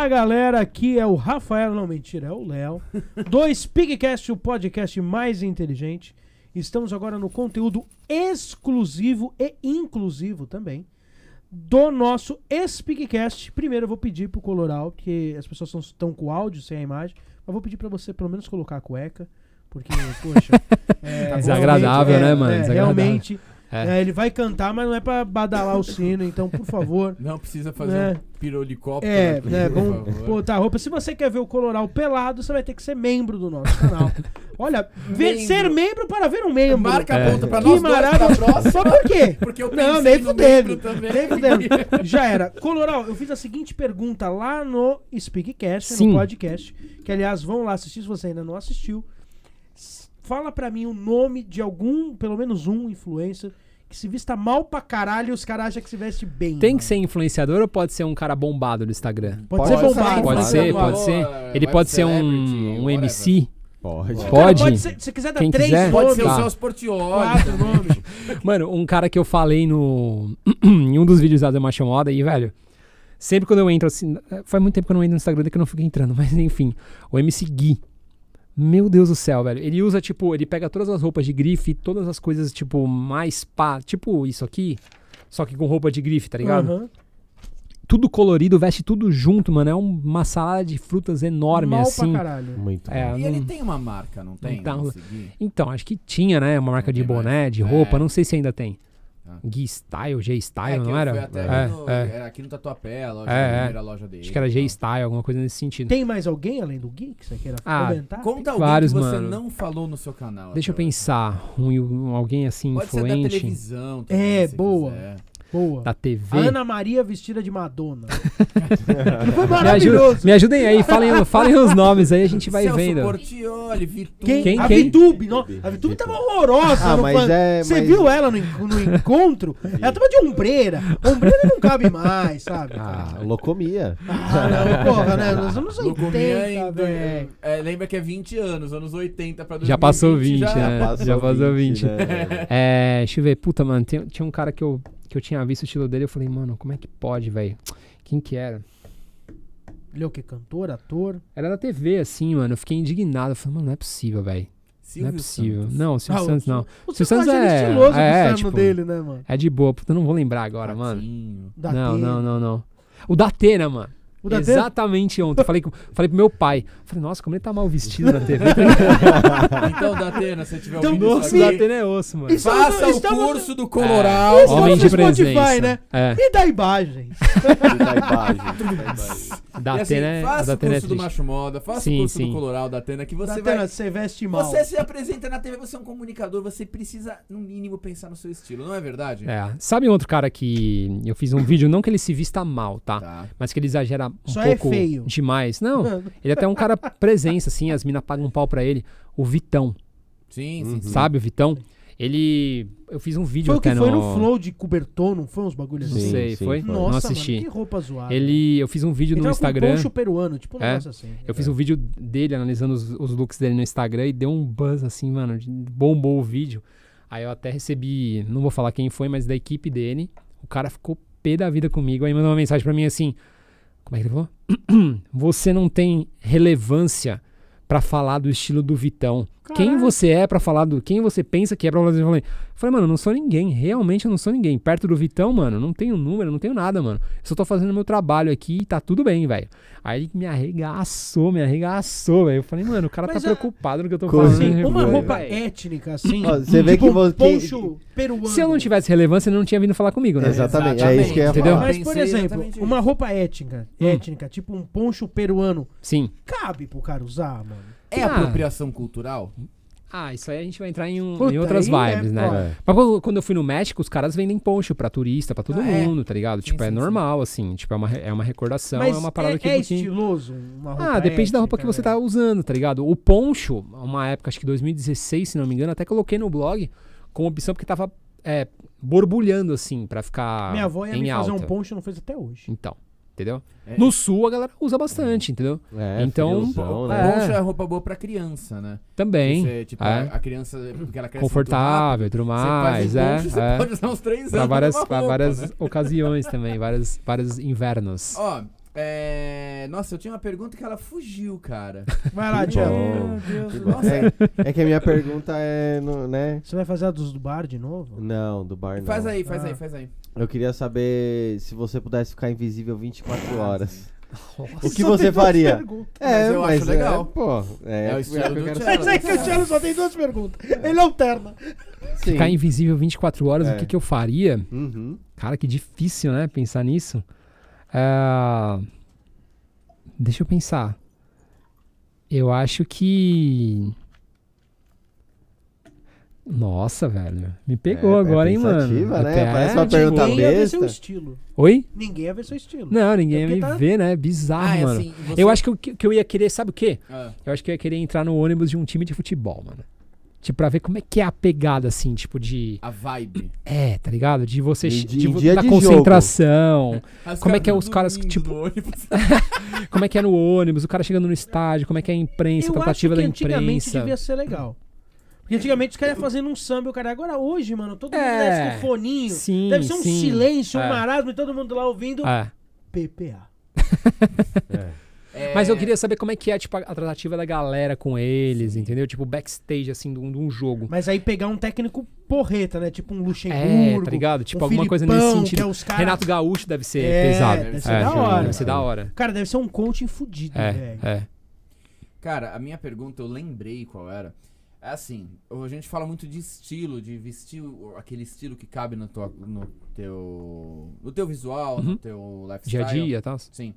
Fala galera, aqui é o Rafael, não mentira, é o Léo, do Speakcast, o podcast mais inteligente. Estamos agora no conteúdo exclusivo e inclusivo também do nosso Speakcast. Primeiro eu vou pedir pro Coloral, que as pessoas estão com o áudio sem a imagem, mas vou pedir pra você pelo menos colocar a cueca, porque, poxa... desagradável, né, mano? Desagradável. Realmente... ele vai cantar, mas não é pra badalar o sino, então, por favor. Não precisa fazer um pirolicóptero. Vamos botar a roupa. Se você quer ver o Coloral pelado, você vai ter que ser membro do nosso canal. Olha, ser membro para ver um membro. Marca a ponta pra nós dois da próxima. Só por quê? Porque eu não, pensei nem no fudendo. membro também. Nem fudendo. Já era. Coloral, eu fiz a seguinte pergunta lá no Speakcast, Sim. no podcast, que aliás, vão lá assistir se você ainda não assistiu. Fala pra mim o nome de algum, pelo menos um influencer que se vista mal pra caralho e os caras acham que se veste bem. Tem que ser influenciador ou pode ser um cara bombado no Instagram? Pode ser bombado. Pode ser. Ele pode ser um MC? Pode. Pode Ser, se quiser dar Quem 3 quiser. nomes. Pode ser o Tá. Celso Portiolli. 4 nomes. Mano, um cara que eu falei no em um dos vídeos da Macho Moda e, velho, sempre quando eu entro assim, faz muito tempo que eu não entro no Instagram, que eu não fico entrando, mas enfim, o MC Gui. Meu Deus do céu, velho. Ele usa, tipo, ele pega todas as roupas de grife, todas as coisas, tipo, mais pá, tipo isso aqui, só que com roupa de grife, tá ligado? Uhum. Tudo colorido, veste tudo junto, mano. É uma salada de frutas enorme, Mal assim. pra caralho. Muito É, bom. E não- ele tem uma marca, não tem? Tá. Vamos seguir? Então, acho que tinha, né? Uma marca Não de tem mais. boné, de roupa, É. não sei se ainda tem. Tá. Gui Style, G Style, que não eu era? fui até aqui no Tatuapé, a primeira loja dele. Acho que era G Style, alguma coisa nesse sentido. Tem mais alguém além do Gui que você queira Ah, comentar? Conta alguém Vários, que você mano. não falou no seu canal. Deixa eu até hoje. pensar, alguém assim, Pode ser da influente, televisão também, se boa. quiser. Boa. da TV. A Ana Maria vestida de Madonna. Foi Me, maravilhoso. me ajudem aí, falem os nomes aí, a gente vai Celso vendo. Portiolli, Vitor. Quem? A Quem? Vitube. A Vitube tava horrorosa. Ah, no mas fan- é- Você mas- viu ela no encontro? Ela tava de ombreira. Ombreira não cabe mais, sabe? Ah, locomia. não, porra, né? Nós somos Lucumia 80, velho. lembra que é 20 anos, anos 80 pra 2020. Já passou 20, já. né? Já passou 20. né? Deixa eu ver, puta, mano, tinha um cara que eu tinha visto o estilo dele, eu falei, mano, como é que pode, velho? Quem que era? Ele é o quê? Cantor, ator? Era da TV, assim, mano, eu fiquei indignado, eu falei, mano, não é possível, velho. Não é Silvio possível. Santos. Não, Silvio Santos não. O Silvio Santos Santos é estiloso do terno tipo, dele, né, mano? é de boa, puta, eu não vou lembrar agora, mano. Patinho. Da Não, Atena. não. O da Atena, mano. O da Atena? Exatamente ontem. Falei pro meu pai. Falei, nossa, como ele tá mal vestido na TV. Então, Datena, se você tiver Então, ouvindo Nossa, isso o da aqui, Atena é osso, mano. Isso- faça Estamos- o curso do Coloral. Estamos Homem de no Spotify, presença. né? É. E da imagens? Da imagem. Da E assim, Atena é faça o Atena é curso do triste. Macho Moda, faça Sim, o curso sim. do Coloral, Datena, que você Datena, vai... você veste mal. Você se apresenta na TV, você é um comunicador, você precisa, no mínimo, pensar no seu estilo, não é verdade? É. Sabe outro cara que eu fiz um vídeo, não que ele se vista mal, tá? Tá. Mas que ele exagera um Só é pouco feio. demais. Não, ele até é um cara presença, assim, as minas pagam um pau pra ele. O Vitão, Sim. sabe o Vitão? Eu fiz um vídeo Foi o que até foi no Flow de cobertor, não foi uns bagulhos Não assim? sei, foi? foi. Não Nossa, assisti. mano, que roupa zoada. Eu fiz um vídeo Ele no tava com Instagram. poncho peruano, tipo um É. negócio assim. Eu fiz um vídeo dele analisando os looks dele no Instagram e deu um buzz assim, mano, bombou o vídeo. Aí eu até recebi, não vou falar quem foi, mas da equipe dele. O cara ficou pé da vida comigo. Aí mandou uma mensagem pra mim assim, como é que ele falou? Você não tem relevância pra falar do estilo do Vitão. Quem Caralho. você é pra falar do... Quem você pensa que é pra falar do... Eu falei, mano, eu não sou ninguém. Realmente eu não sou ninguém. Perto do Vitão, mano, não tenho número, não tenho nada, mano. Eu só tô fazendo meu trabalho aqui e tá tudo bem, velho. Aí ele me arregaçou, velho. Eu falei, mano, o cara Mas tá preocupado no que eu tô Coisa- falando. Assim, uma Foi, roupa velho. étnica, assim. Ó, você vê tipo que você- poncho peruano. Se eu não tivesse relevância, ele não tinha vindo falar comigo, né? Exatamente, é isso que eu ia Entendeu? falar. Mas, por Pensei exemplo, exatamente uma isso. roupa étnica, tipo um poncho peruano, Sim. cabe pro cara usar, mano? É Ah. apropriação cultural? Ah, isso aí a gente vai entrar em Puta, outras aí, vibes, né, né? pô. Mas quando eu fui no México, os caras vendem poncho pra turista, pra todo Ah, é? mundo, tá ligado? Sim, Tipo, é sim, normal, assim. Tipo, é uma recordação, Mas é uma parada que... é que- estiloso uma roupa Ah, depende da roupa étnica, que você né? tá usando, tá ligado? O poncho, uma época, acho que 2016, se não me engano, até coloquei no blog como opção porque tava borbulhando, assim, pra ficar Minha avó ia em me fazer alta. um poncho e não fez até hoje. Então, entendeu? É. No sul, a galera usa bastante, entendeu? É, Então, friozão, O né? poncho é roupa boa pra criança, né? Também. Você, tipo, é. a criança, porque ela cresce Confortável e muito tudo rápido, mais, você faz um poncho, é. você pode usar uns 3 anos Pra várias, numa pra roupa, várias né? ocasiões também, vários invernos. Ó, Nossa, eu tinha uma pergunta que ela fugiu, cara. Vai lá, Que Thiago. bom. Meu Deus Que do bom. céu. É que a minha pergunta é, né? Você vai fazer a dos do bar de novo? Não, do bar não. Faz aí. Eu queria saber se você pudesse ficar invisível 24 horas. Nossa. O que Só você tem duas faria? perguntas. Mas eu acho legal. Pô, É o estilo que eu do quero Thiago. Mas é que o Thiago só tem duas perguntas. Ele alterna. Sim. Ficar invisível 24 horas, É. o que eu faria? Uhum. Cara, que difícil, né? Pensar nisso. É, Deixa eu pensar. Eu acho que... Nossa, velho. Me pegou agora, hein, mano? pensativa, né? Até- Parece uma pergunta Ninguém ia ver seu besta. estilo. Oi? Ninguém ia ver seu estilo. Não, ninguém ia É me porque tá- ver, né? Bizarro, mano. assim, você... Eu acho que eu ia querer, sabe o quê? Ah, Eu acho que eu ia querer entrar no ônibus de um time de futebol, mano. Tipo, pra ver como é que é a pegada, assim, tipo, de... a vibe. Tá ligado? De você... E de dia da de concentração. As Como é caras que é os caras, dormindo tipo- no ônibus. Como é que é no ônibus, o cara chegando no estádio, como é que é a imprensa, a Eu acho tratativa que da antigamente imprensa. devia ser legal. Porque antigamente os caras iam fazendo um samba e o cara... Agora hoje, mano, todo mundo É. desce com foninho. Sim, Deve ser um sim. silêncio, um É. marasmo e todo mundo lá ouvindo É. PPA. Mas eu queria saber como é que é, tipo, a tratativa da galera com eles, entendeu? Tipo, backstage, assim, de um jogo. Mas aí pegar um técnico porreta, né? Tipo um Luxemburgo. Tá ligado? Tipo, um alguma coisa Filipão, nesse que sentido. é os cara... Renato Gaúcho deve ser É, pesado. deve ser da hora. Deve ser da hora. Cara, deve ser um coaching fudido, velho. Cara, a minha pergunta, eu lembrei qual era. É assim, a gente fala muito de estilo, de vestir aquele estilo que cabe no teu visual, no teu Dia lifestyle. a dia e tal. Sim.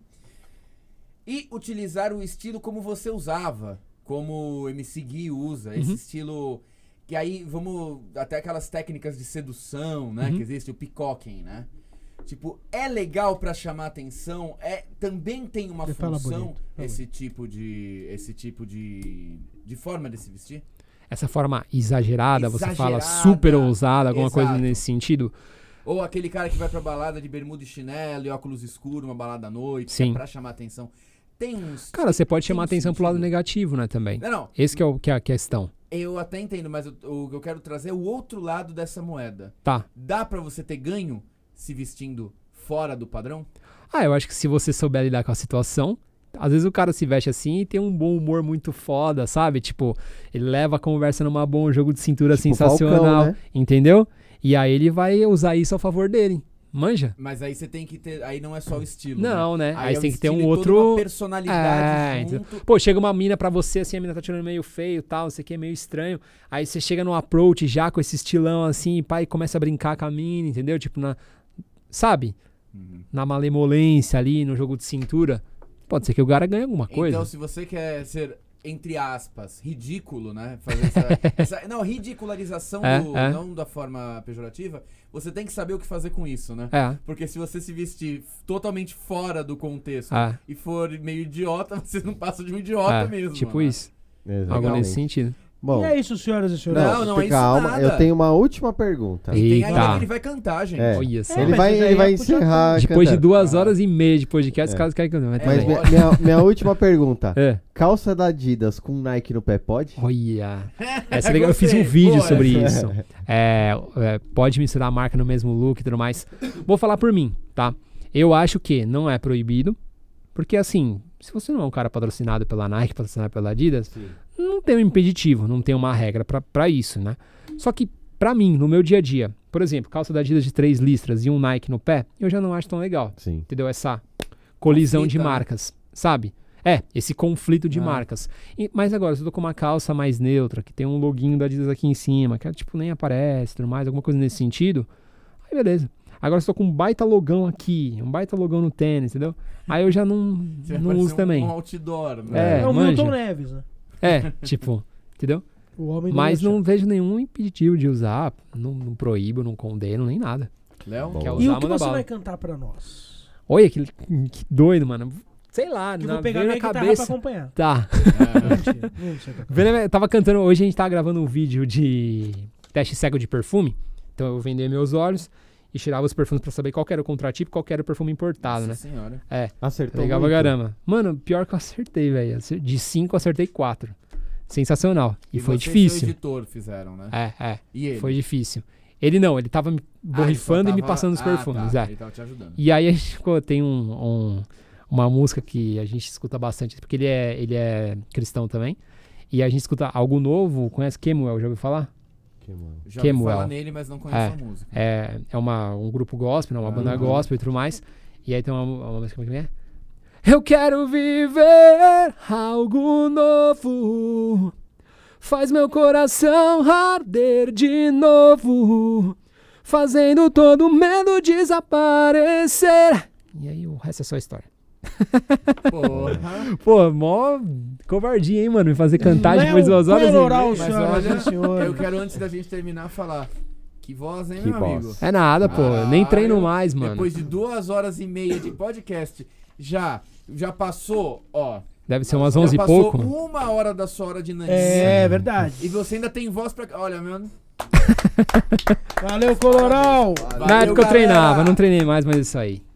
E utilizar o estilo como você usava, como o MC Gui usa, esse estilo... Que aí, vamos... Até aquelas técnicas de sedução, né? Que existe, o peacocking, né? Tipo, é legal pra chamar atenção, também tem uma Você fala função, bonito, fala esse tipo de forma de se vestir? Essa forma exagerada, você fala Exagerada, super ousada, alguma coisa exato. nesse sentido. Ou aquele cara que vai pra balada de bermuda e chinelo e óculos escuros, uma balada à noite, Sim. pra chamar atenção. Tem uns... Cara, você pode tem chamar um atenção pro lado sentido. negativo, né, também. Não, Esse que é a questão. eu até entendo, mas o que eu quero trazer é o outro lado dessa moeda. Tá. Dá pra você ter ganho se vestindo fora do padrão? Eu acho que se você souber lidar com a situação, às vezes o cara se veste assim e tem um bom humor muito foda, sabe? Tipo, ele leva a conversa numa boa, um jogo de cintura Tipo sensacional, Falcão, né? entendeu? E aí ele vai usar isso a favor dele. Manja? Mas aí você tem que ter... Aí não é só o estilo, Não, né? Aí é você o tem que ter estilo um e toda outro... uma personalidade junto. entendeu? Pô, chega uma mina pra você, assim, a mina tá tirando meio feio e tal, não sei o que, meio estranho. Aí você chega no approach já com esse estilão assim, pai, e começa a brincar com a mina, entendeu? Tipo, sabe? Na malemolência ali, no jogo de cintura. Pode ser que o cara ganhe alguma coisa. Então, se você quer ser, entre aspas, ridículo, né? Fazer não, ridicularização não da forma pejorativa, você tem que saber o que fazer com isso, né? Porque se você se vestir totalmente fora do contexto e for meio idiota, você não passa de um idiota mesmo. Tipo né? isso. Exatamente. Algo nesse sentido. Bom, E é isso, senhoras e senhores. Não é isso calma, nada. eu tenho uma última pergunta. E tem Eita. ainda que ele vai cantar, gente. É. Olha só. Ele mas vai, isso daí ele vai é puxar encerrar. Depois de cantando. 2h30 de podcast, os caras querem que eu não. Mas lógico. minha última pergunta. É. Calça da Adidas com Nike no pé pode? Olha. Essa é legal. Eu fiz um vídeo sobre isso. Pode misturar a marca no mesmo look e tudo mais. Vou falar por mim, tá? Eu acho que não é proibido. Porque assim, se você não é um cara patrocinado pela Nike, patrocinado pela Adidas, não tem um impeditivo, não tem uma regra pra isso, né? Só que pra mim, no meu dia a dia, por exemplo, calça da Adidas de 3 listras e um Nike no pé, eu já não acho tão legal. Sim. Entendeu? Essa colisão de Conflito, né? marcas, sabe? Esse conflito de marcas. Mas agora, se eu tô com uma calça mais neutra, que tem um loginho da Adidas aqui em cima, que tipo nem aparece, tudo mais, alguma coisa nesse sentido, aí beleza. Agora, se eu tô com um baita logão aqui, um baita logão no tênis, entendeu? Aí eu já não Você vai uso parecer também. um outdoor, né? É, É o manja. Milton Neves, né? Tipo, entendeu? O homem do Mas merchan. não vejo nenhum impeditivo de usar, não proíbo, não condeno, nem nada. Léo? Bom. Quer E usar, o que manda você bala. vai cantar pra nós? Olha, que doido, mano. Sei lá, Que eu na vou pegar veio minha na guitarra cabeça. pra acompanhar. Tá. Mentira, não sei cantar. Eu tava cantando, hoje a gente tava gravando um vídeo de teste cego de perfume. Então eu vendia meus olhos e tirava os perfumes pra saber qual que era o contratipo e qual que era o perfume importado, Nossa né? senhora. Acertou Legal pra muito. caramba. Mano, pior que eu acertei, velho. De 5 eu acertei 4. Sensacional. E foi você difícil. E seu editor fizeram, né? E ele? Foi difícil. Ele não, ele tava me borrifando e me passando os perfumes. Tá. Ele tava te ajudando. E aí a gente ficou, tem um uma música que a gente escuta bastante, porque ele é cristão também. E a gente escuta algo novo. Conhece Kemuel? Já ouviu falar? Já ouvi falar nele, mas não conheço a música. É um grupo gospel, né, uma banda gospel e tudo mais. E aí tem uma música que é... Eu quero viver algo novo, faz meu coração arder de novo, fazendo todo medo desaparecer. E aí o resto é só história. Porra. Pô, mó covardia, hein, mano? Me fazer cantar depois de 2 horas e meia. Mas olha, eu quero, antes da gente terminar, falar... Que voz, hein, meu amigo? É nada, pô. Nem treino mais, mano. Depois de 2 horas e meia de podcast, já passou, ó... Deve ser umas 11 e pouco. Passou 1 hora da sua hora de nanquim. É verdade. E você ainda tem voz pra... Olha, mano... Valeu, Colorau! Na época eu treinava, não treinei mais, mas isso aí.